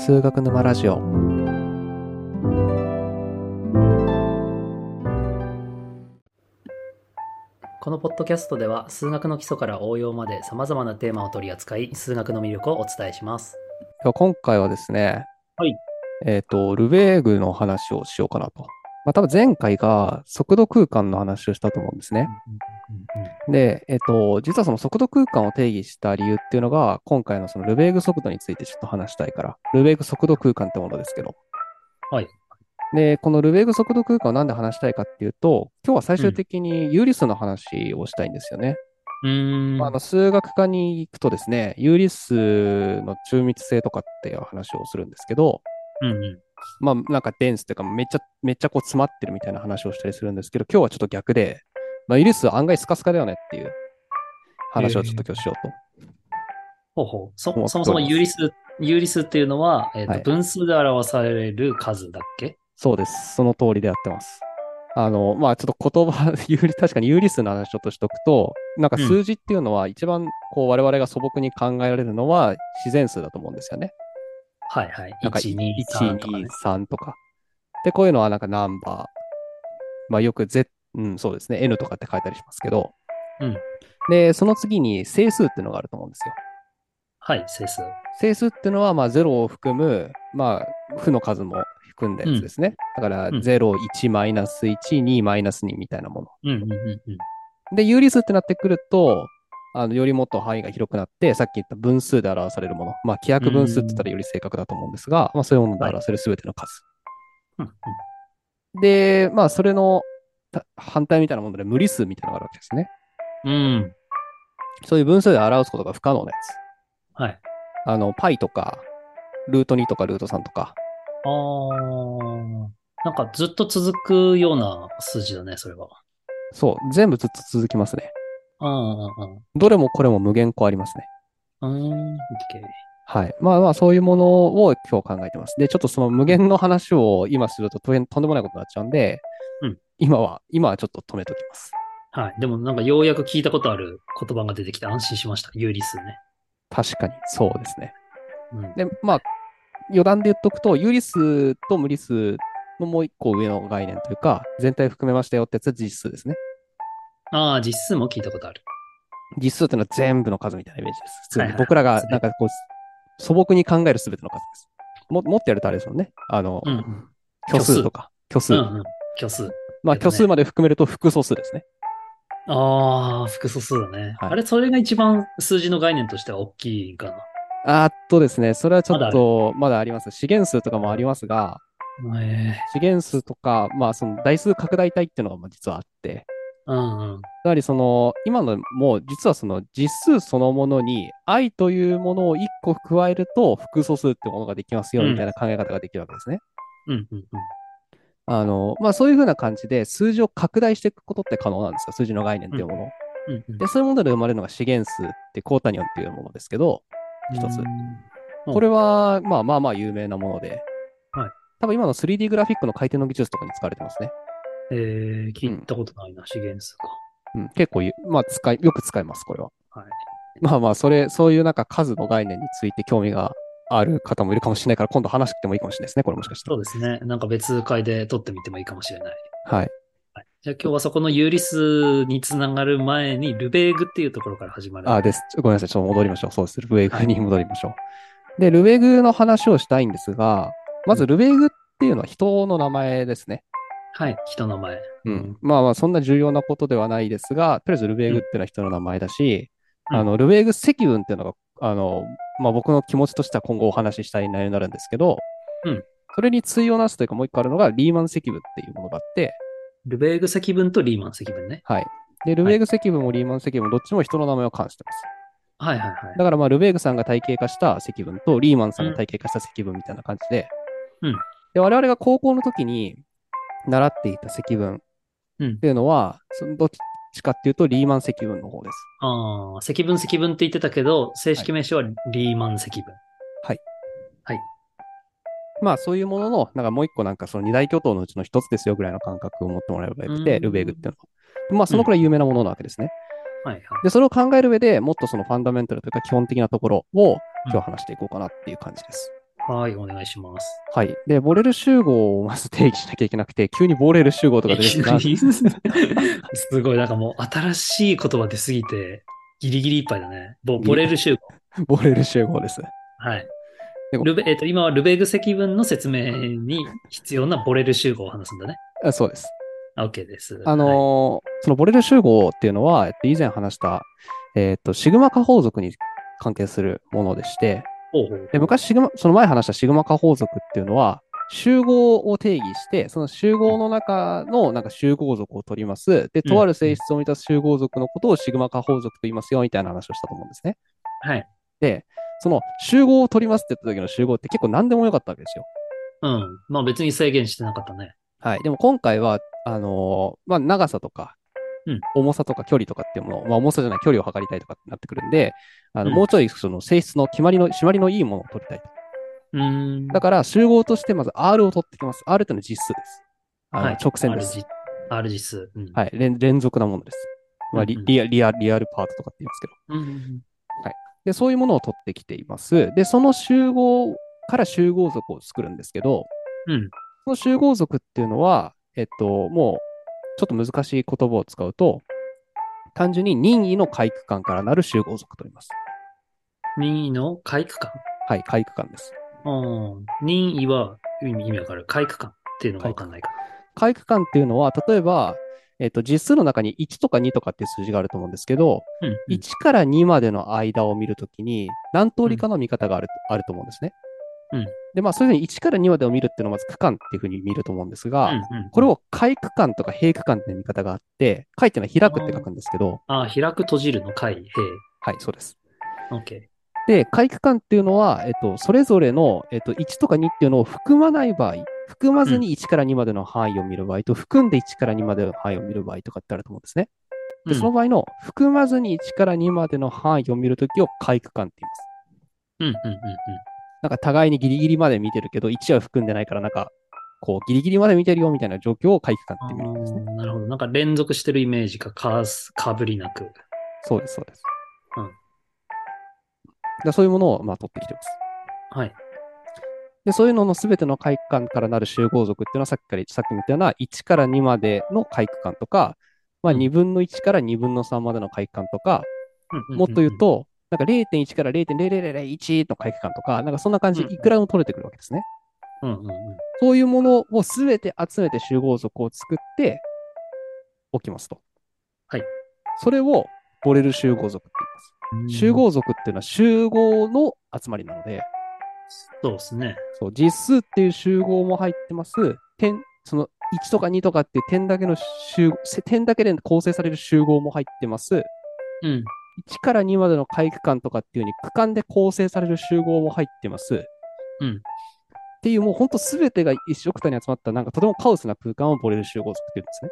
数学沼ラジオ。 このポッドキャストでは数学の基礎から応用まで様々なテーマを取り扱い、数学の魅力をお伝えします。 今回はですね、 はい。 ルベーグの話をしようかなと。多分前回が速度空間の話をしたと思うんですね。で、実はその速度空間を定義した理由っていうのが、今回のそのルベーグ速度についてちょっと話したいから、ルベーグ速度空間ってものですけど。 はい。 で、このルベーグ速度空間をなんで話したいかっていうと、今日は最終うん。 的に有理数の話をしたいんですよね。 うーん。 数学科に行くとですね、有理数の中密性とかっていう話をするんですけど、 うん。 なんかデンスというかめっちゃこう詰まってるみたいな話をしたりするんですけど、今日はちょっと逆で、有理数案外スカスカだよねっていう話をちょっと今日しようほうほう。 と思っそもそもております。 有理数っていうのは、 はい。 分数で表される数だっけ？ そうです。その通りでやってます。ちょっと言葉、確かに有理数の話ちょっとしとくと、なんかうん。 数字っていうのは一番こう我々が素朴に考えられるのは自然数だと思うんですよね。 はいはい。 なんか 1、2、 1、 3とか 2、 ね。 3とか。で、こういうのはなんかナンバー。よく そうですね。N とかって書いたりしますけど。 うん。 で、その次に整数っていうのがあると思うんですよ。 はい、整数。 整数っていうのは、0を含む、負の数も含んだうん。 やつですね。だから、 うん。 0、1、マイナス1、2、マイナス2みたいなもの。 うん。うん。うん。うん。 で、有理数ってなってくると、よりもっと範囲が広くなって、さっき言った分数で表されるもの。規う約分数って言ったーん。 らより正確だと思うんですが、そういうものではい。 表せるすべての数。 うん。うん。 で、それの反対みたいなもので無理数みたいなのがあるわけですね。 うん。 そういう分数で表すことが不可能なやつ。 はい。 パイとか、ルート2とかルート3とか。 あー。なんかずっと続くような数字だね、それは。 そう、全部ずっと続きますね。 うん。うん。 どれもこれも無限個ありますね。 うん。オッケー。 はい。そういうものを今日考えてます。で、ちょっとその無限の話を今するととんでもないことになっちゃうんで、 うん。 今はちょっと止めときます。 はい。でもなんかようやく聞いたことある言葉が出てきて安心しました。有理数ね。 確かに、そうですね。 うん。 で、余談で言っとくと、有理数と無理数のもう一個上の概念というか、全体含めましたよってやつは実数ですね。 ああ、実数も聞いたことある。 実数っていうのは全部の数みたいなイメージです。普通に。 はいはいはい。 僕らがすべて。 なんかこう、素朴に考えるすべての数です。もっとやるとあれですもんね。 うんうん。 虚虚数。 数とか、虚数。 うんうん。虚数。 虚数やったね。 まで含めると複素数ですね。 ああ、複素数だね。 はい。 あれ、それが一番数字の概念としては大きいかな。 ですね、それはちょっまだある。 とまだあります。資源数とかもありますが、 ええ資源数とか、その代数拡大体っていうのが実はあって、 うんうん。 やはりその、今のも実はその実数そのものに愛というものを1個加えると複素数ってものができますよみたいうん。 な考え方ができるわけですね。 うんうんうん。 そういうふうな感じで数字を拡大していくことって可能なんですよ。数字の概念っうんていうものを。 うんうん。 で、そういうもので生まれるのが資源数ってコータニオンっていうものですけど、 うー一つ。 ん。 これは、有名なもので、 はい。 多分今の 3D グラフィックの回転の技術とかに使われてますね。 聞いうん。 たことないな、資源数か。 うん。結構よく使います、これは。 はい。 そういうなんか数の概念について興味がある方もいるかもしれないから、今度話してもいいかもしれないですね、これもしかしたら。 そうですね。なんか別会で撮ってみてもいいかもしれない。 はい。 はい。じゃあ今日はそこの有理数につながる前に、ルベーグっていうところから始まるんだね。 ごめんなさい。ちょっと戻りましょう。そうです。ルベーはい。 グに戻りましょう。で、ルベーグの話をしたいんですが、まうん。 ずルベーグっていうのは人の名前ですね。 はい。人の前。 うん。 うん。 そんな重要なことではないですが、とりあえずルベーうん。 グっていうのは人の名前だし、 うん。 ルベーグ積分っていうのが、僕の気持ちとしては今後お話ししたい内容になるんですけど、 うん。 それに対をなすというかもう一個あるのがリーマン積分っていうものがあって、 ルベーグ積分とリーマン積分ね。 はい。で、ルはい。 ベーグ積分もリーマン積分もどっちも人の名前を冠してます。 はいはいはい。 だからルベーグさんが体系化した積分とリーマンさうん。 んが体系化した積分みたいな感じで、 うん。 で、我々が高校の時に習っていた積分っうん。 ていうのは、どっちかっていうとリーマン積分の方です。 ああ、積分って言ってたけど、正はい。 式名称はリーマン積分。 はい。 はい。 そういうものの、なんかもう一個なんかその二大巨頭のうちの一つですよぐらいの感覚を持ってもらえればようーくて、ルベーグっていうん。 のは。そうん。 のくらい有名なものなわけですね。 はいはい。 で、それを考える上でもっとそのファンダメンタルというか基本的なところをうん。 今日話していこうかなっていう感じです。 はい、お願いします。 はい。で、ボレル集合をまず定義しなきゃいけなくて、急にボレル集合とか出てきて、 いきなりすごい、なんかもう新しい言葉出すぎて、ギリギリいっぱいだね。ボギリレル集合。 ボレル集合です。 はい。 でも、 今はルベグ積分の説明に必要なボレル集合を話すんだね。 そうです。 OK です。はい。 そのボレル集合っていうのは、以前話した、シグマ化法則に関係するものでして、 ほうほうで、 ほう。 昔その前話したシグマ化法則っていうのは、集合を定義して、その集合の中のなんか集合属を取ります。で、 うん、 とあるうん。 性質を満たす集合属のことをシグマ化法則と言いますよ、みたいな話をしたと思うんですね。 はい。 で、その集合を取りますって言った時の集合って結構何でもよかったわけですよ。 うん。まあ別に制限してなかったね。 はい。でも今回は、まあ、長さとか、 うん、 重さとか距離とかっていうもの、まあ、重さじゃない距離を測りたいとかってなってくるんで、 うん。 もうちょいその性質の締まりのいいものを取りたいと。 うーん。 だから集合としてまず R を取ってきます。R っていうのは実数です。 はい。 直線です。 R 実数。うん。 はい。連続なものです。まあ、 うん、うん。 リアルパートとかって言いますけど。 うん、うん。 はい。で、そういうものを取ってきています。で、その集合から集合属を作るんですけど、 うん。 その集合属っていうのは、もう、ちょっと難しい言葉を使うと、単純に任意の回区間からなる集合属と言います。 任意の回区間。 はい、回区間です。 うん。任意は意味わかる。回区間っていうのが回区間。 わかんないか回区間っていうのは、例えば、実数の中に1とか2とかっていう数字があると思うんですけど、 ら。うん、うん。 1から2までの間を見るときに、何通うん、 りかの見方があると思うんですね。 うん。 で、まあ、そういうふうに1から2までを見るっていうのはまず区間っていうふうに見ると思うんですが、 うん、うん。うん。 これを開区間とか閉区間っていう見方があって、開っていうのは開くって書くんですけど、 開く閉じるの開、閉。 はい、そうです。 OK。 で、回区間っていうのは、それぞれの、1とか2っていうのを含まない場合、含まうん、 ずに1から2までの範囲を見る場合と、含んで1から2までの範囲を見る場合とかってあると思うんですね。で、そのうん、 場合の含まずに1から2までの範囲を見るときを回区間って言います。 うん、うん、うん。うん。 なんか互いにギリギリまで見てるけど、1は含んでないから、なんか、こう、ギリギリまで見てるよみたいな状況を回区間って見るんですね。 なるほど。なんか連続してるイメージがかぶりなく。 そうです、そうです。 うん。 そういうものを、まあ、取ってきてます。 はい。 で、そういうののすべての回区間からなる集合属っていうのはさっきも言ったような1から2までの回区間とか、まあ、 うん。 2分の1から2分の3までの回区間とか、 うん、うん、 もっうん。うん。 と言うと、なんか0.1から0.0001の回区間とか、なんかそんな感うん、 じでいくらでも取れてくるわけですね。 うん、うん。うん。 そういうものをすべて集めて集合属を作っておきますと。 はい。 それをボレル集合属って言います。 うん。 集合属っていうのは集合の集まりなので、 そうですね。 そう、実数っていう集合も入ってます。その1とか2とかっていう点だけで構成される集合も入ってます。 うん。 1から2までの回区間とかっていう風に区間で構成される集合も入ってます。っうん。 ていうもうほんと全てが一緒くたに集まったなんかとてもカオスな空間をボレル集合属っていうんですね。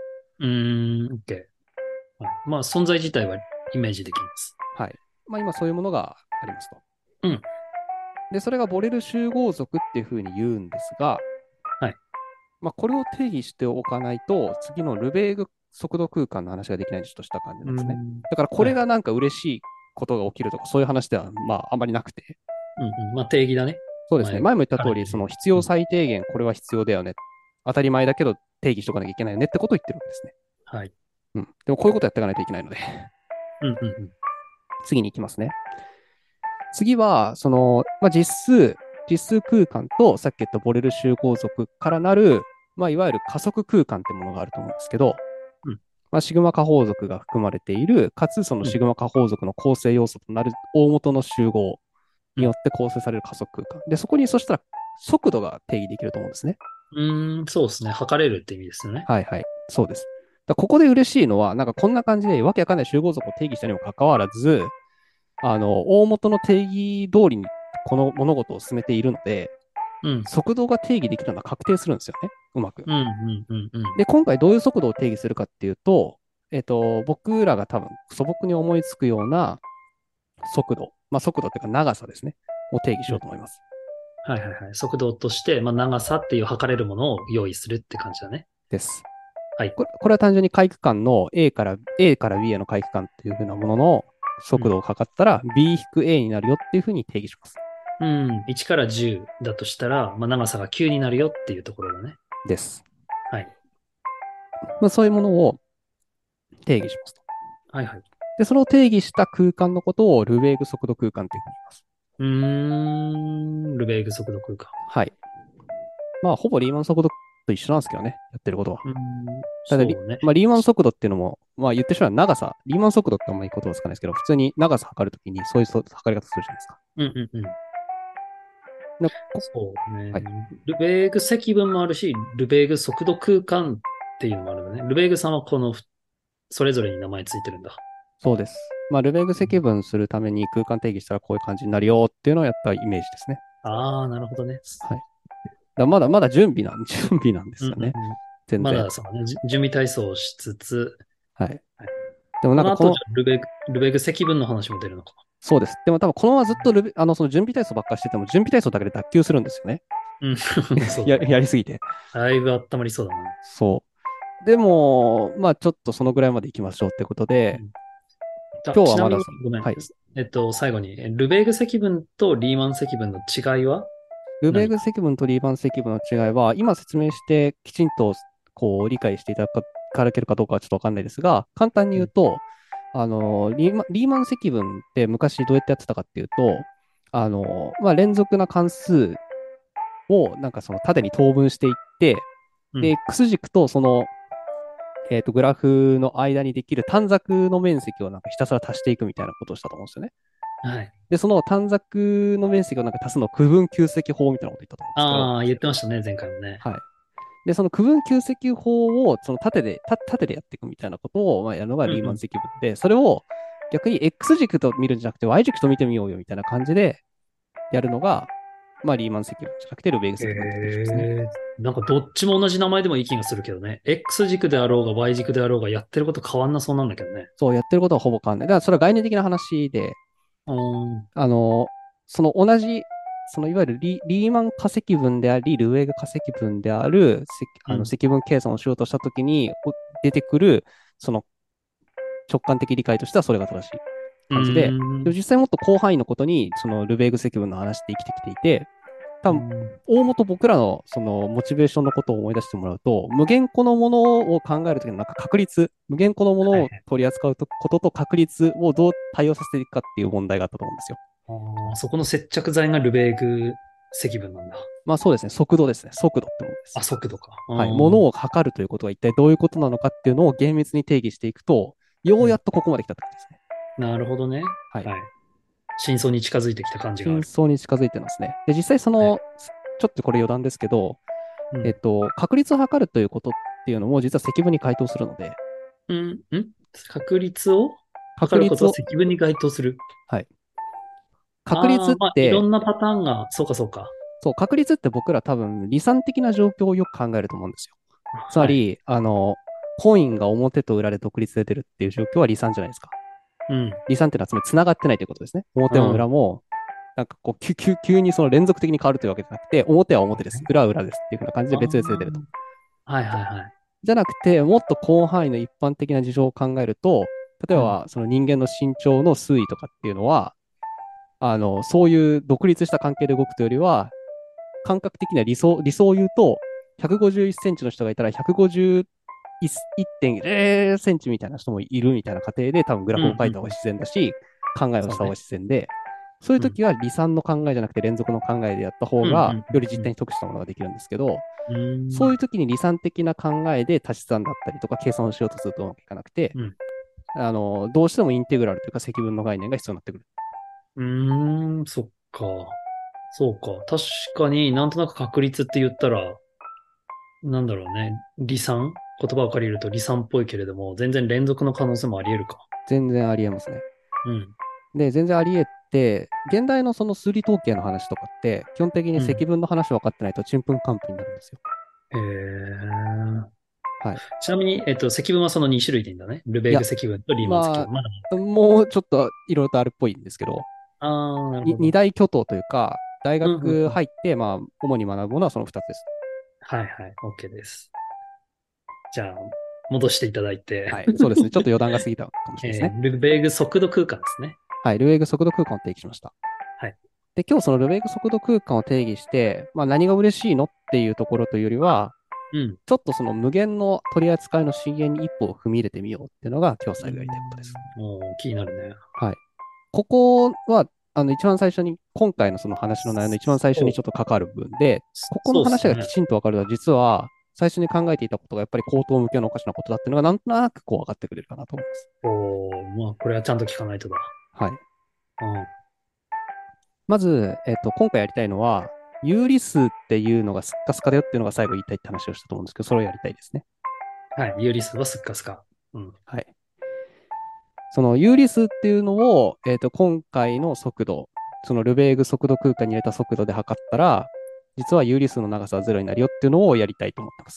OK。はい。まあ、存在自体はイメージできます。 はい。まあ今そういうものがありますと。 うん。 で、それがボレル集合属っていう風に言うんですが、 はい。 まあこれを定義しておかないと、次のルベーグ速度空間の話ができないとした感じなんですね。だからこはいはい。 れがなんか嬉しいことが起きるとかそういう話ではまああんまりなくて、 うんうん。まあ、定義だね。 そうですね。前も言った通り、そある意味。 の必要うん。 最低限、これは必要だよね。当たり前だけど定義しとかなきゃいけないよねってことを言ってるわけですね。 はい。 うん。でもこういうことやっていかないといけないのでうんうんうん。 次に行きますね。次は、まあ、実数空間と、さっき言ったボレル集合属からなる、まあ、いわゆる加速空間ってものがあると思うんですけど、 うんまあ、シグマ加法属が含まれている、かつそのうんシグマ加法属の構成要素となる大元の集合うん。 によって構成される加速空間。で、そこにそしたら速度が定義できると思うんですね。 そうですね。測れるって意味ですよね。 はいはい。そうです。ここで嬉しいのは、なんかこんな感じでわけわかんない集合属を定義したにもかかわらず、大元の定義通りにこの物事を進めているので、 うん。 速度が定義できるのは確定するんですよね。うまく。 うんうんうんうん。 で、今回どういう速度を定義するかっていうと、僕らが多分素朴に思いつくような速度、まあ速度っていうか長さですね、を定義しうん。 ようと思います。 はいはいはい。速度として、まあ、長さっていう測れるものを用意するって感じだね。 です。 はい。 これは単純に回区間の A から B への回区間っていう風なもののうん。 速度を測ったら B-A になるよっていう風に定義します。 うん。1から10だとしたら、まあ、長さが9になるよっていうところだね。 です。 はい。 まあ、そういうものを定義しますと。 はいはい。 で、その定義した空間のことをルベーグ速度空間というふうに言います。 うーん。ルベーグ速度空間。 はい。まあ、ほぼリーマン速度と一緒なんですけどね、やってることは。 うーん。 ただそうね。 まあ、リーマン速度っていうのも、まあ言ってしまえば長さ、リーマン速度ってあんまり言葉はつかないですけど、普通に長さ測るときにそういう測り方するじゃないですか。 うんうんうん。 でそうね。 はい。 ルベーグ積分もあるし、ルベーグ速度空間っていうのもあるんだね。ルベーグさんはこのそれぞれに名前ついてるんだ。 そうです。まあ、ルベーグ積分するために空間定義したらこういう感じになるよっていうのをやったイメージですね。 ああ、なるほどね。 はい。まだまだ準備なんでうんすよね。 うんうん。ま全然。 だそうね、準備体操をしつつ、 はい。 はい、 でもこの後、じなんかゃあルベーグ積分の話も出るのか。 そうです。でも多分このままずっとその準備体操ばっかりしてても、準備体操だけで脱臼するんですよね。 うん、そうだね。 やりすぎて。 だいぶ温まりそうだな。 そう。でも、まあちょっとそのぐらいまで行きましょうってことで、 うん、あ、 今日はちなみに、 まだその、 ごめん。 はい。 最後に、ルベーグ積分とリーマン積分の違いはルベー何？ グ積分とリーマン積分の違いは、今説明してきちんとこう理解していただけるかどうかはちょっとわかんないですが、簡単にうん。 言うと、リーマン積分って昔どうやってやってたかっていうと、まあ、連続な関数をなんかその縦に等分していって、で、 うん。 X 軸とその、グラフの間にできる短冊の面積をなんかひたすら足していくみたいなことをしたと思うんですよね。 はい。 で、その短冊の面積をなんか足すのを区分九積法みたいなこと言ったと思うんですけど、 ああ、言ってましたね、前回もね。 はい。で、その区分九積法をその縦でやっていくみたいなことを、まあ、やるのがリーマンうんうん。 積分で、それを逆に X 軸と見るんじゃなくて Y 軸と見てみようよみたいな感じでやるのが、まあ、リーマン積分じゃなくてルベーグへ積分って言ったりしますね。 え、なんかどっちも同じ名前でもいい気がするけどね。X 軸であろうが Y 軸であろうがやってること変わんなそうなんだけどね。 そう、やってることはほぼ変わんない。だからそれは概念的な話で、 うーん。 あの、その同じ、そのいわゆるリーマン化積分であり、ルベーグ化積分であるうん。 積分計算をしようとしたときに出てくる、その直感的理解としてはそれが正しいうー感じで、でもん。 実際もっと広範囲のことに、そのルベーグ積分の話って生きてきていて、多分、 うん。 大元僕らのそのモチベーションのことを思い出してもらうと、無限個のものを考えるときのなんか確率、無限個のものをはいはい。 取り扱うことと確率をどう対応させていくかっていう問題があったと思うんですよ。 ああ、そこの接着剤がルベーグ積分なんだ。 まあそうですね、速度ですね。速度ってものです。 あ、速度か。うはい。もーん。 のを測るということが一体どういうことなのかっていうのを厳密に定義していくと、ようん。 うやっとここまで来たってことですね。 なるほどね。 はい。 はい。真相に近づいてきた感じがあ真る。 相に近づいてますね。で、実際はい。 ちょっとこれ余談ですけど、 うん。 確率を測るということっていうのも実は積分に該当するので、 うん。確率を測ることは確率を、 積分に該当する。 はい。確率ああ、 っまあ、いろて、 んなパターンが、そうかそうか。 そう、確率って僕ら多分理算的な状況をよく考えると思うんですよ。つまはい。 り、コインが表と裏で独立で出るっていう状況は理算じゃないですか。 うん。 理算っていうのはつまり繋がってないということですね。表も裏うん。 も、なんかこう、急にその連続的に変わるというわけじゃなくて、表は表です。 そうね。 裏は裏ですっていう風な感じであ別々で出ると。 あ、はいはいはい。 じゃなくて、もっと広範囲の一般的な事情を考えると、例えうん。 ばその人間の身長の推移とかっていうのは、そういう独立した関係で動くというよりは、感覚的には理想を言うと、151センチの人がいたら151.0センチみたいな人もいるみたいな過程で多分グラうんフを書いた方がうんうん。 自然だし、考えをした方がそうね。 自然で、そういううん。 時は離散の考えじゃなくて連続の考えでやった方うんが、 うんより実うん態に特したものができるんですけど、 うん。うーん。 そういう時に離散的な考えで足し算だったりとか計算をしようとするとうまくいかなくて、 うん。 どうしてもインテグラルというか積分の概念が必要になってくる。 うーん、そっか。そうか。確かになんとなく確率って言ったら、なんだろうね。離散言葉を借りると離散っぽいけれども、全然連続の可能性もあり得るか。 全然ありえますね。 うん。 で、全然あり得て、現代のその数理統計の話とかって、基本的にうん。 積分の話分かってないとちんぷんかんぷんになるんですよ。 へえ。 はい。 ちなみに、積分はその2種類でいいんだね。ルベーグいや、 積分とリーマン積ま分。まだ。 あ、もうちょっといろいろとあるっぽいんですけど、 ああ、なる二ほど。 大巨頭というか、大うんうんうん。 学入って、まあ、主に学ぶものはその2つです。 はいはい。OK です。じゃあ、戻していただいて。 はい。そうですね。ちょっと余談が過ぎたかもしれないですね。 ルベーグ速度空間ですね。 はい。ルーエグ速度空間を定義しました。 はい。 で、今日そのルベーク速度空間を定義して、まあ何が嬉しいのっていうところというよりは、 うん。 ちょっとその無限の取り扱いの深淵に一歩を踏み入れてみようっていうのが今日う最後やりたいことです。 ん。気になるね。 はい。ここは、一番最初に、今回のその話の内容の一番最初にちょっと関わる部分で、ここのそうっすね。 話がきちんと分かると、実は、最初に考えていたことがやっぱり口頭向けのおかしなことだっていうのがなんとなくこう分かってくれるかなと思います。 まあ、これはちゃんと聞かないとだ。 はい。 うん。 まず、今回やりたいのは、有理数っていうのがスッカスカだよっていうのが最後言いたいって話をしたと思うんですけど、それをやりたいですね。 はい。有理数はスッカスカ。うん。 はい。その有理数っていうのを、今回の速度、そのルベーグ速度空間に入れた速度で測ったら、実は有理数の長さはゼロになるよっていうのをやりたいと思ってます。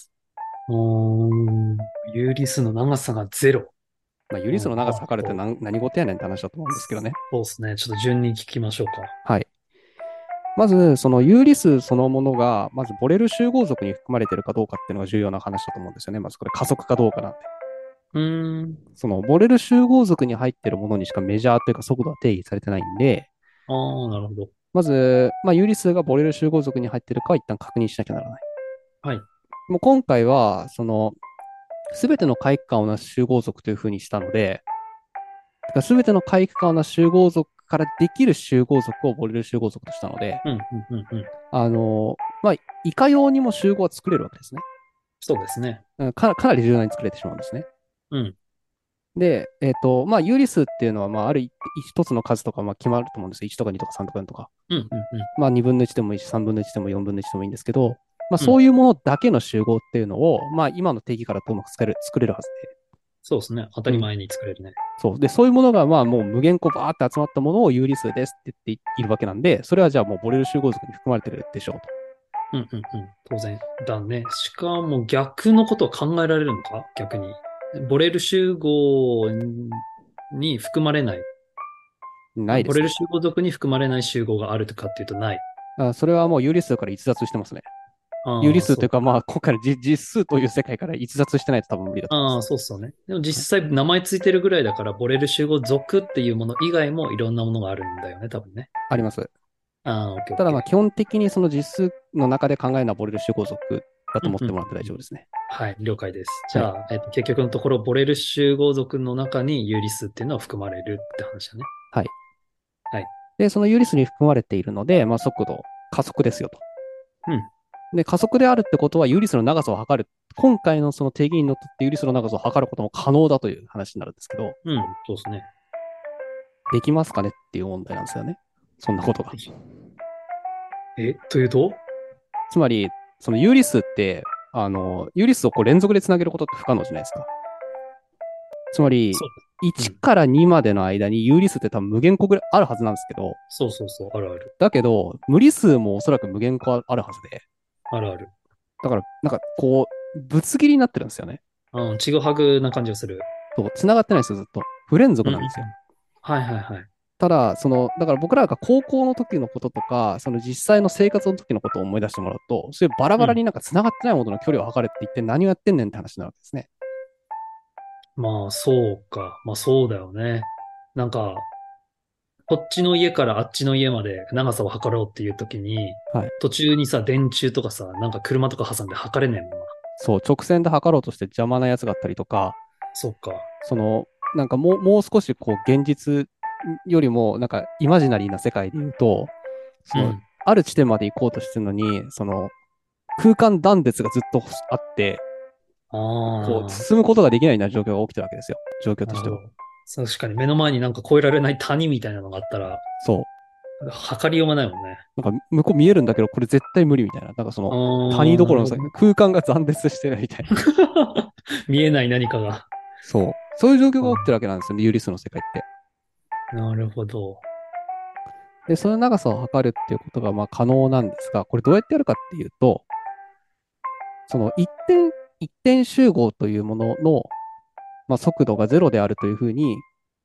有理数の長さがゼロ。 まあ、有理数の長さまあ、 測るって何事やねんって話だと思うんですけどね。 そうですね。ちょっと順に聞きましょうか。 はい。まず、その有理数そのものが、まずボレル集合属に含まれているかどうかっていうのが重要な話だと思うんですよね。まずこれ加速かどうかなんで。 うーん。 そのボレル集合属に入っているものにしかメジャーというか速度は定義されてないんで、 ああ、なるほど。 まず、まあ、有理数がボレル集合属に入っているかは一旦確認しなきゃならない。 はい。 もう今回は、すべての回帰感をなす集合属というふうにしたので、すべての回帰感をなす集合属からできる集合属をボレル集合属としたので、 うん、うん、うん、うん。 まあ、いかようにも集合は作れるわけですね。 そうですね。 かなり柔軟に作れてしまうんですね。 うん、 で、まあ、有理数っていうのは、まあ、ある一つの数とか、まあ、決まると思うんですよ。1とか2とか3とか4とか。 うん、うん、うん。 まあ、2分の1でもいいし、3分の1でも4分の1でもいいんですけど、まあ、 うん。 そういうものだけの集合っていうのを、まあ、今の定義からとうまく作れるはずそうですね。当たで。うん。 り前に作れるね。 そう。で、そういうものが、まあ、もう無限個バーって集まったものを有理数ですって言っているわけなんで、それはじゃあもうボレル集合属に含まれてるでしょうと。 うん、うん、うん。当然。だね。しかも逆のことは考えられるのか逆に。ボレル集合に含まれない。 ないですね。 ボレル集合属に含まれない集合があるとかっていうとない。 それはもう有理数から逸脱してますね。有理ああ、そう。 数というか、まあ、今回の実数という世界から逸脱してないと多分無理だと思いまああ、 す。 そうっすよね。でもはい。 実際名前ついてるぐらいだから、ボレル集合属っていうもの以外もいろんなものがあるんだよね、多分ね。 あります。 ああ、オッケーオッただまあ基ケー。 本的にその実数の中で考えるのはボレル集合属だとうんうんうん思ってもらって大丈夫ですね。 はい、了解です。じはい。 ゃあ、結局のところ、ボレル集合属の中に有理数っていうのは含まれるって話だね。 はい。 はい。 で、その有理数に含まれているので、まあ速度、加速ですよと。 うん、 で、加速であるってことは有理数の長さを測る。今回のその定義にのっとって有理数の長さを測ることも可能だという話になるんですけど、 うん、そうですね。 できますかねっていう問題なんですよね。そんなことが。 というとつまり、その有理数って、有理数をこう連続でつなげることって不可能じゃないですか。つまり、 そう。う 1 ん。 から2までの間に有理数って多分無限個ぐらいあるはずなんですけど、 そうそうそう、あるある。 だけど、無理数もおそらく無限個あるはずで、 あるある。 だから、なんかこう、ぶつ切りになってるんですよね。 うん、ちぐはぐな感じがする。 そう、繋がってないんですよ、ずっと。不連うん、うん。 続なんですよ。 はいはいはい。 ただ、だから僕らが高校の時のこととか、その実際の生活の時のことを思い出してもらうと、そういうバラバラうん。 になんか繋がってないものの距離を測れって言って何をやってんねんって話になるわけですね。 まあ、そうか。まあ、そうだよね。なんか、こっちの家からあっちの家まで長さを測ろうっていう時に、 はい。 途中にさ、電柱とかさ、なんか車とか挟んで測れねえもんな。 そう、直線で測ろうとして邪魔なやつがあったりとか、 そうか。 その、なんかもう少しこう現実よりもなんかイマジナリーな世界で言うと、その、 うん。 ある地点まで行こうとしてるのに、その、空間断絶がずっとあって、こう、 あ進むことができないような状況が起きてるわけですよ。状況あ、 としては。 なるほど。確かに目の前になんか越えられない谷みたいなのがあったら、 そう。 測りようがないもんね。 なんか、向こう見えるんだけど、これ絶対無理みたいな。なんかあ谷あ、 どころのさなるほどね。 空間が断絶してるみたいな。 見えない何かが。 そう。そういう状況が起きてるあわけなんですよね、ユーリスの世界って。 なるほど。 で、その長さを測るっていうことがまあ可能なんですが、これどうやってやるかっていうと、その一点集合というものの、まあ、速度がゼロであるというふうに、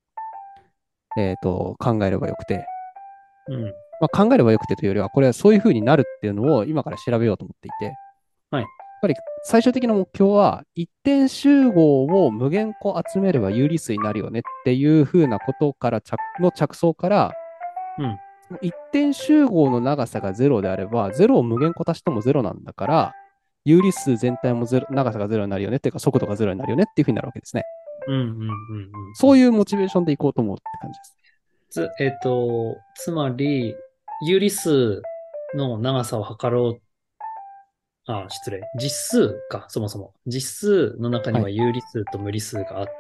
考えればよくて、 うん。 まあ、考えればよくてというよりは、これはそういうふうになるっていうのを今から調べようと思っていて、やっはい。 ぱり最終的な目標は、一点集合を無限個集めれば有理数になるよねっていうふうなことからの着想から、 うん。 一点集合の長さがゼロであれば、ゼロを無限個足してもゼロなんだから、有理数全体もゼロ、長さがゼロになるよねっていうか、速度がゼロになるよねっていうふうになるわけですね。 うんうんうんうんうん。 そういうモチベーションでいこうと思うって感じです。 つまり、有理数の長さを測ろう。失礼。実数か、そもそも。実数の中にはい。 は有理数と無理数があって、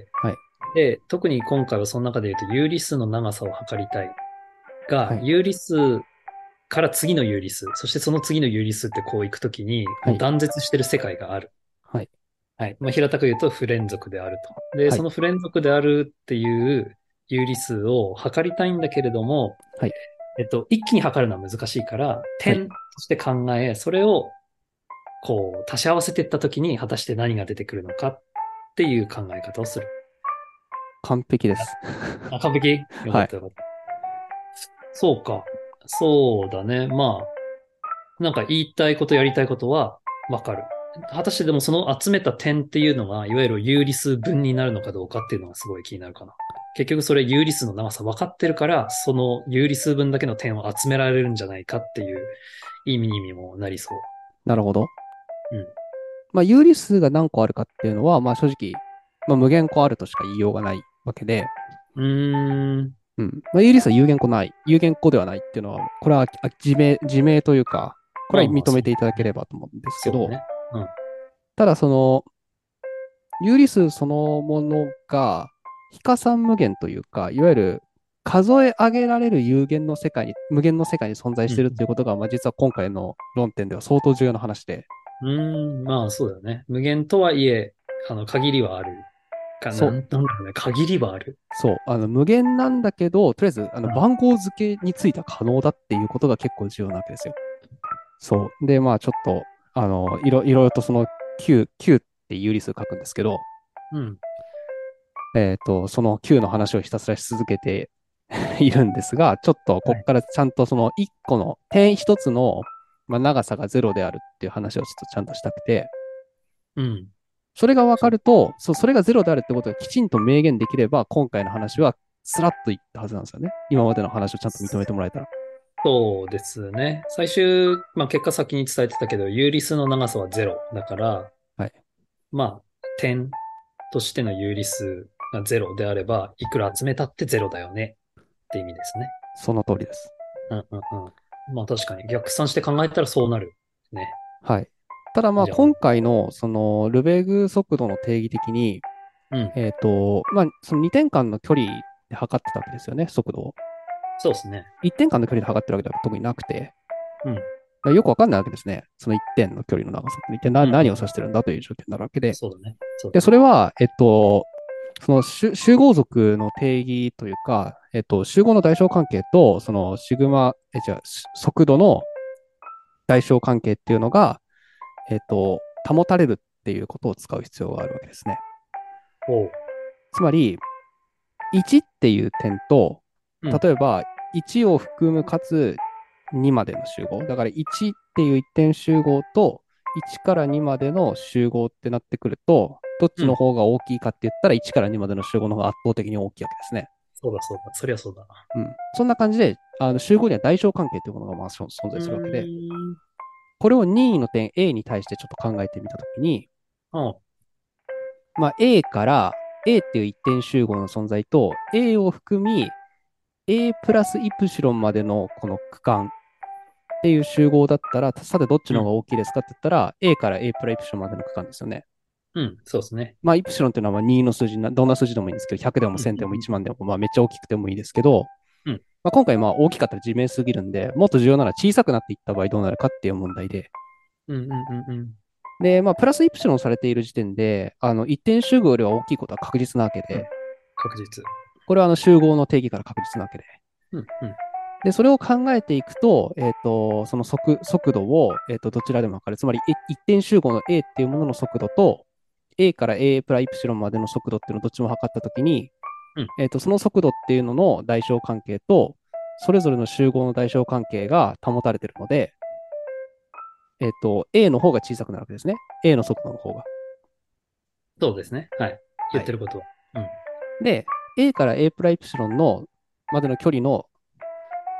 はい。 で、特に今回はその中で言うと有理数の長さを測りたいが、 はい。 有理数から次の有理数、そしてその次の有理数ってこういくときに、 はい。 もう断絶してる世界がある。 はい。 はい。まあ、平たく言うと不連続であると。で、 はい。 その不連続であるっていう有理数を測りたいんだけれども、 はい。 一気に測るのは難しいから、 はい。 点として考え、それをこう足し合わせていったときに果たして何が出てくるのかっていう考え方をする。 完璧です。 完璧よかはい。 ったよかった。そうか。そうだね。まあ、なんか言いたいことやりたいことはわかる。果たしてでもその集めた点っていうのが、いわゆる有理数分になるのかどうかっていうのがすごい気になるかな。結局それ有理数の長さ分かってるから、その有理数分だけの点を集められるんじゃないかっていう意味にもなりそなるほど。 う。うん。 まあ、有理数が何個あるかっていうのは、まあ、正直、まあ、無限個あるとしか言いようがないわけで、 うーん。 うん。まあ、有理数は有限個ない。有限個ではないっていうのは、これは自明というか、これはまあまあ、そう認めていただけね。 ればと思うんですけど、 そうだね。うん。 ただその、有理数そのものが、非加算無限というか、いわゆる数え上げられる有限の世界に、無限の世界に存在しているということが、まあ、実は今回の論点では相当重要な話で、 うん。まあ、そうだよね。無限とはいえ、限りはあるかな。 そう、 なんだろうね。限りはある。 そう、無限なんだけど、とりあえず、 うん。 番号付けについては可能だっていうことが結構重要なわけですよ。そう。で、まあ、ちょっと、いろいろとその9って有理数書くんですけど、 うん。 その9の話をひたすらし続けているんですが、ちょっとこはい。 こからちゃんとその1個の点1つの、まあ、長さが0であるっていう話をちょっとちゃんとしたくて、 うん。 それが分かそう。 ると、それが0であるってことがきちんと明言できれば、今回の話はスラッといったはずなんですよね。今までの話をちゃんと認めてもらえたら。 そうですね。最終、まあ結果先に伝えてたけど、有理数の長さはゼロだから、 はい。 まあ、点としての有理数がゼロであれば、いくら集めたってゼロだよねって意味ですね。 その通りです。 うんうんうん。まあ確かに逆算して考えたらそうなる。ね。 はい。ただまあじゃあ、 今回のそのルベグ速度の定義的に、 うん。 まあその2点間の距離で測ってたわけですよね、速度を。 そうですね。 1点間の距離で測ってるわけでは特になくて、 うん。 よくわかんないわけですね。その1点の距離の長さって一体うんうんうん。 何を指してるんだという状況になるわけで。 そうだね。そうで、 だね。 それは、その集合属の定義というか、集合の代償関係と、そのシグマ、速度の代償関係っていうのが、保たれるっていうことを使う必要があるわけですね。 おう。 つまり、1っていう点と、 うん。 例えば1を含むかつ2までの集合。だから1っていう一点集合と1から2までの集合ってなってくると、どっちうん。 の方が大きいかって言ったら1から2までの集合の方が圧倒的に大きいわけですね。 そうだそうだ。そりゃそうだな。 うん。そんな感じで、集合には代償関係というものがまあ存う在するわけで、 ーん。 これを任意の点 A に対してちょっと考えてみたときに、 ああ。 まあ、A から A っていう一点集合の存在と A を含み A プラスイプシロンまでのこの区間っていう集合だったら、さてどっちうん。 の方が大きいですかって言ったら、A から A プライプシロンまでの区間ですよね。 うん。そうですね。 まあ、イプシロンっていうのはまあ2の数字どんな数字でもいいんですけど、100でもうん。 1000でもうん。 1万でも、まあ、めっちゃ大きくてもいいですけど、 うん。 まあ、今回まあ大きかったら自明すぎるんで、もっと重要なのは小さくなっていった場合どうなるかっていう問題で、 うん。うん。うん。うん。 で、まあ、プラスイプシロンされている時点で、一点集合よりは大きいことは確実なわけで、 うん。確実。 これは集合の定義から確実なわけで、 うん。うん。 で、それを考えていくと、その速度を、どちらでも測る。つまり、一点集合の A っていうものの速度と、A から A プライプシロンまでの速度っていうのをどっちも測ったときに、 うん。 その速度っていうのの代償関係と、それぞれの集合の代償関係が保たれているので、A の方が小さくなるわけですね。A の速度の方が。 そうですね。はい。言はい。 ってることは。うん。 で、A から A プライプシロンのまでの距離の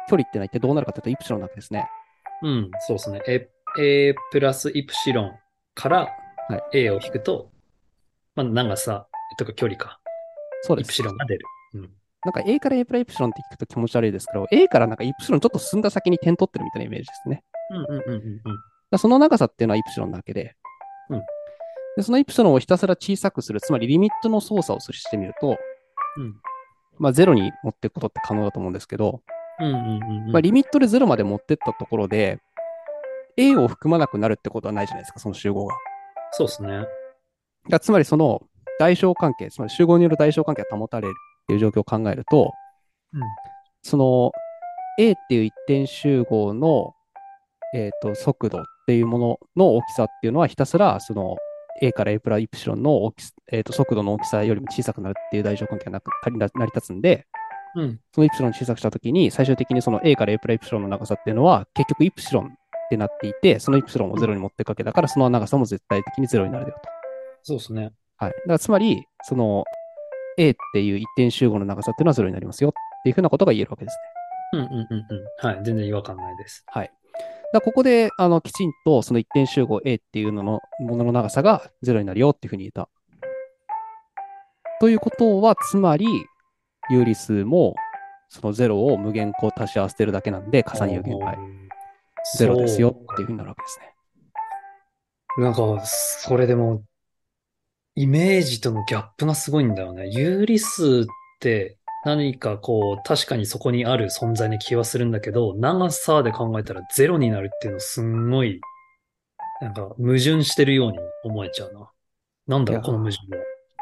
距離ってのは一体どうなるかというと、イプシロンなわけですね。 うん、そうですね。A プラスイプシロンかはい。 らはい。 A を引くと、まあ、長さとか距離か。イプそうです。 シロンが出る。うん。 なんか A から A プライプシロンって聞くと気持ち悪いですけど、A からなんかイプシロンちょっと進んだ先に点取ってるみたいなイメージですね。 うんうんうんうんうん。 その長さっていうのはイプシロンなわけで、 うん。 でそのイプシロンをひたすら小さくする、つまりリミットの操作をしてみると、 うん。 まあ、ゼロに持っていくことって可能だと思うんですけど、 うんうんうんうまあ、 ん。 リミットでゼロまで持ってったところで、A を含まなくなるってことはないじゃないですか、その集合が。 そうですね。 つまりその代償関係、つまり集合による代償関係が保たれるっていう状況を考えると、 うん。 その A っていう一点集合の、速度っていうものの大きさっていうのはひたすらその A から A プライプシロンの大き、速度の大きさよりも小さくなるっていう代償関係が成り立つんで、 うん。 そのイプシロンを小さくしたときに、最終的にその A から A プライプシロンの長さっていうのは、結局イプシロンってなっていて、そのイプシロンをうん。 ゼロに持っていくわけだから、その長さも絶対的にゼロになるよと。 そうですね。 はい。だからつまり、その A っていう一点集合の長さっていうのはゼロになりますよっていうふうなことが言えるわけですね。 うんうんうんうん。はい。全然違和感ないです。 はい。だここで、きちんとその一点集合 A っていうののものの長さがゼロになるよっていうふうに言えた。ということは、つまり、有理数も、そのゼロを無限個足し合わせてるだけなんで、加算有限お界。 ー、 ゼロですそうよっていうふうになるわけですね。 なんか、それでも、イメージとのギャップがすごいんだよね。有理数って何かこう、確かにそこにある存在に気はするんだけど、長さで考えたらゼロになるっていうのすんごい、なんか矛盾してるように思えちゃうな。なんだろう、 いや、 この矛盾は。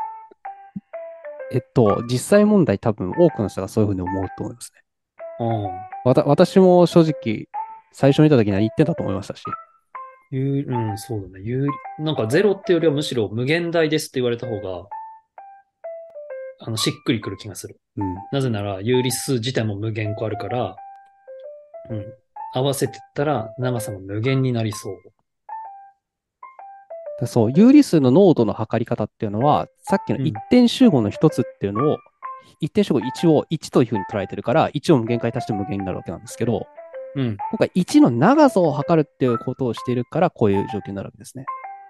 実際問題多分多くの人がそういうふうに思うと思いますね。 うん。 私も正直、最初見た時に何言ってんだと思いましたし。 うん、そうだね。なんかゼロっていうよりはむしろ無限大ですって言われた方が、しっくりくる気がする。 うん。 なぜなら、有理数自体も無限個あるから、うん。合わせてったら長さも無限になりそう。 そう、有理数の濃度の測り方っていうのは、さっきの一うん。 点集合の一つっていうのを、一点集合1を1というふうに捉えてるから、1を無限回足して無限になるわけなんですけど、 うん。 今回1の長さを測るっていうことをしているから、こういう状況になるわけですね。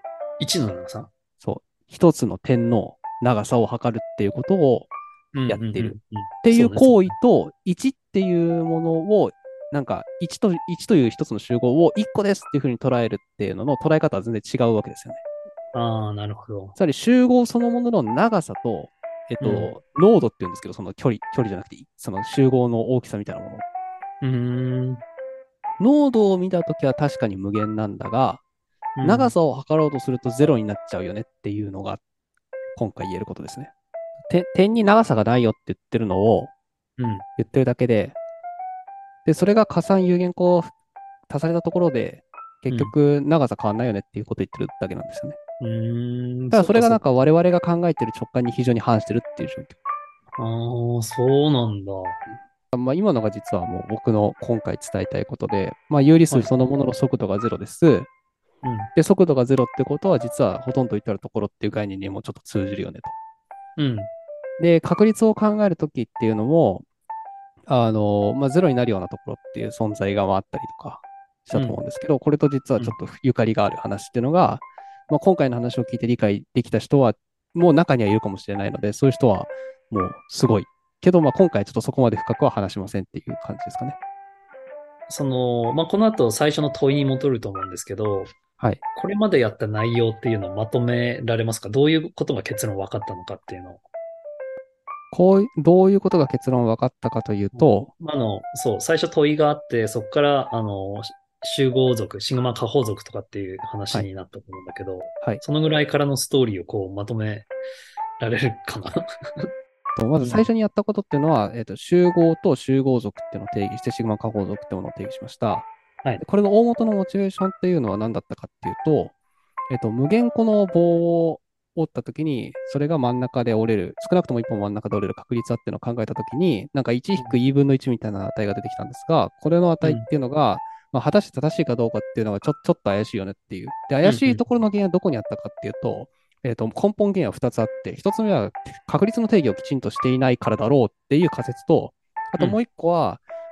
1の長さ。 そう。一つの点の長さを測るっていうことをうん、うん、うん、 やっている。 うん。 っていうそうね、そう行為ね。 と、1っていうものを、なんか1という一つの集合を1個ですっていうふうに捉えるっていうのの捉え方は全然違うわけですよね。 ああ、なるほど。 つまり集合そのものの長さと、 うん。 濃度っていうんですけど、その距離じゃなくて、その集合の大きさみたいなもの。 うーん。 濃度を見たときは確かに無限なんだが、 うん。 長さを測ろうとするとゼロになっちゃうよねっていうのが今回言えることですね。点に長さがないよって言ってるのをうん。 言ってるだけで、それが加算有限項足されたところで、結うん。 局長さ変わんないよねっていうことを言ってるだけなんですよね。 うーん。 ただそれがなんそっかそっか。 か我々が考えてる直感に非常に反してるっていう状況。 ああ、そうなんだ。 まあ、今のが実はもう僕の今回伝えたいことで、まあ、有理数はい。 そのものの速度がゼロです。 うん。 で、速度がゼロってことは実はほとんど言ったるところっていう概念にもちょっと通じるよねと。 うん。 で、確率を考えるときっていうのも、まあ、ゼロになるようなところっていう存在があったりとかしたと思うん。 うんですけど、これと実はうん。 ちょっとゆかりがある話っていうのが、まあ、今回の話を聞いて理解できた人は、もう中にはいるかもしれないので、そういう人はもうすごい。けど、まあ、今回ちょっとそこまで深くは話しませんっていう感じですかね。 まあ、この後最初の問いに戻ると思うんですけど、 はい。 これまでやった内容っていうのをまとめられますか？どういうことが結論分かったのかっていうのを。 どういうことが結論分かったかというと、 そう、最初問いがあって、そこから、集合族、シグマ下方族とかっていう話はい。 になったと思うんだけど、 はい。 そのぐらいからのストーリーをこうまとめられるかな。 まずうん。 最初にやったことっていうのは、集合と集合族っていうのを定義して、シグマ化合族っていうものを定義しました。 はい。 これの大元のモチベーションっていうのは何だったかっていうと、無限個の棒を折ったときに、それが真ん中で折れる、少なくとも一本真ん中で折れる確率だっていうのを考えたときに、なんか1-e 分の1みたいな値が出てきたんですが、これの値っうん。 ていうのが、まあ、果たして正しいかどうかっていうのがちょっと怪しいよねっていう。で、 うん。うん。 怪しいところの原因はどこにあったかっていうと、根本原因は2つあって、1つ目は確率の定義をきちんとしていないからだろうっていう仮説と、あともううん。 1個は、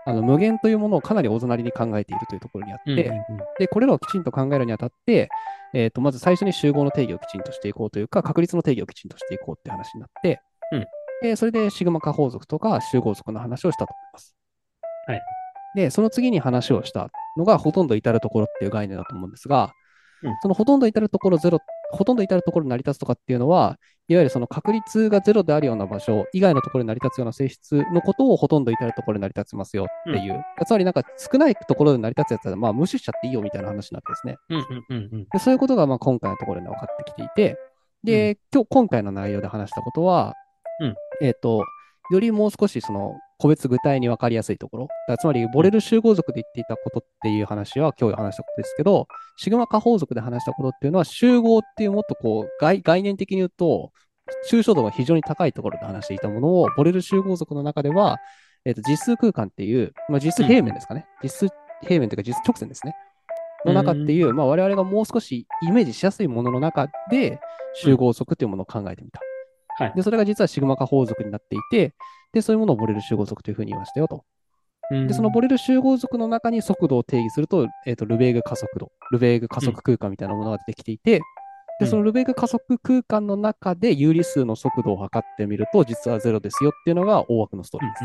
無限というものをかなりおざなりに考えているというところにあっうんて、で、これらをきちんと考えるにあたって、まず最初に集合の定義をきちんとしていこうというか、確率の定義をきちんとしていこうって話になって、 うん。 それでシグマ化法則とか集合則の話をしたと思います。 はい。 で、その次に話をしたのが、ほとんど至るところっていう概念だと思うんですが、 うん。 そのほとんど至るところゼロ、ほとんど至るところに成り立つとかっていうのは、いわゆるその確率がゼロであるような場所以外のところに成り立つような性質のことをほとんど至るところに成り立ちますようん。 っていう、つまりなんか少ないところで成り立つやつはまあ無視しちゃっていいよみたいな話なわけですね。 うん。うん。うん。うん。 でそういうことがまあ今回のところで分かってきていて、 うん。 で、今回の内容で話したことは、 うん。 えっと、よりもう少しその個別具体に分かりやすいところ、つまりボうん。 レル集合族で言っていたことっていう話は今日話したことですけど、シグマ化法則で話したことっていうのは集合っていうもっとこう概念的に言うと、抽象度が非常に高いところで話していたものを、ボレル集合族の中では、実数空間っていう、まあ、実数うん。 平面ですかね。実数平面というか実数直線ですね。の中っうん。 ていう、まあ、我々がもう少しイメージしやすいものの中でうん。 集合則というものを考えてみた。 はい。 で、それが実はシグマ化法則になっていて、で、そういうものをボレル集合則というふうに言いましたよと。で、そのうん。 ボレル集合則の中に速度を定義すると、ルベーグ加速度、ルベーグ加うん。 速空間みたいなものが出てきていて、で、そのうん。 ルベーグ加速空間の中で有理数の速度を測ってみると、実はゼロですよっていうのが大枠のストーリーです。 うん。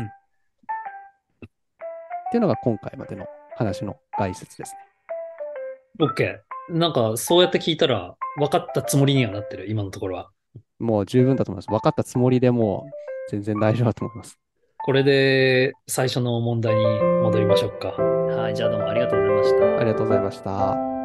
っていうのが今回までの話の概説ですね。 OK。なんか、そうやって聞いたら、分かったつもりにはなってる、今のところは。 もう十分だと思います。分かったつもりでもう全然大丈夫だと思います。 これで、最初の問題に戻りましょうか。はい。じゃあどうもありがとうございました。 ありがとうございました。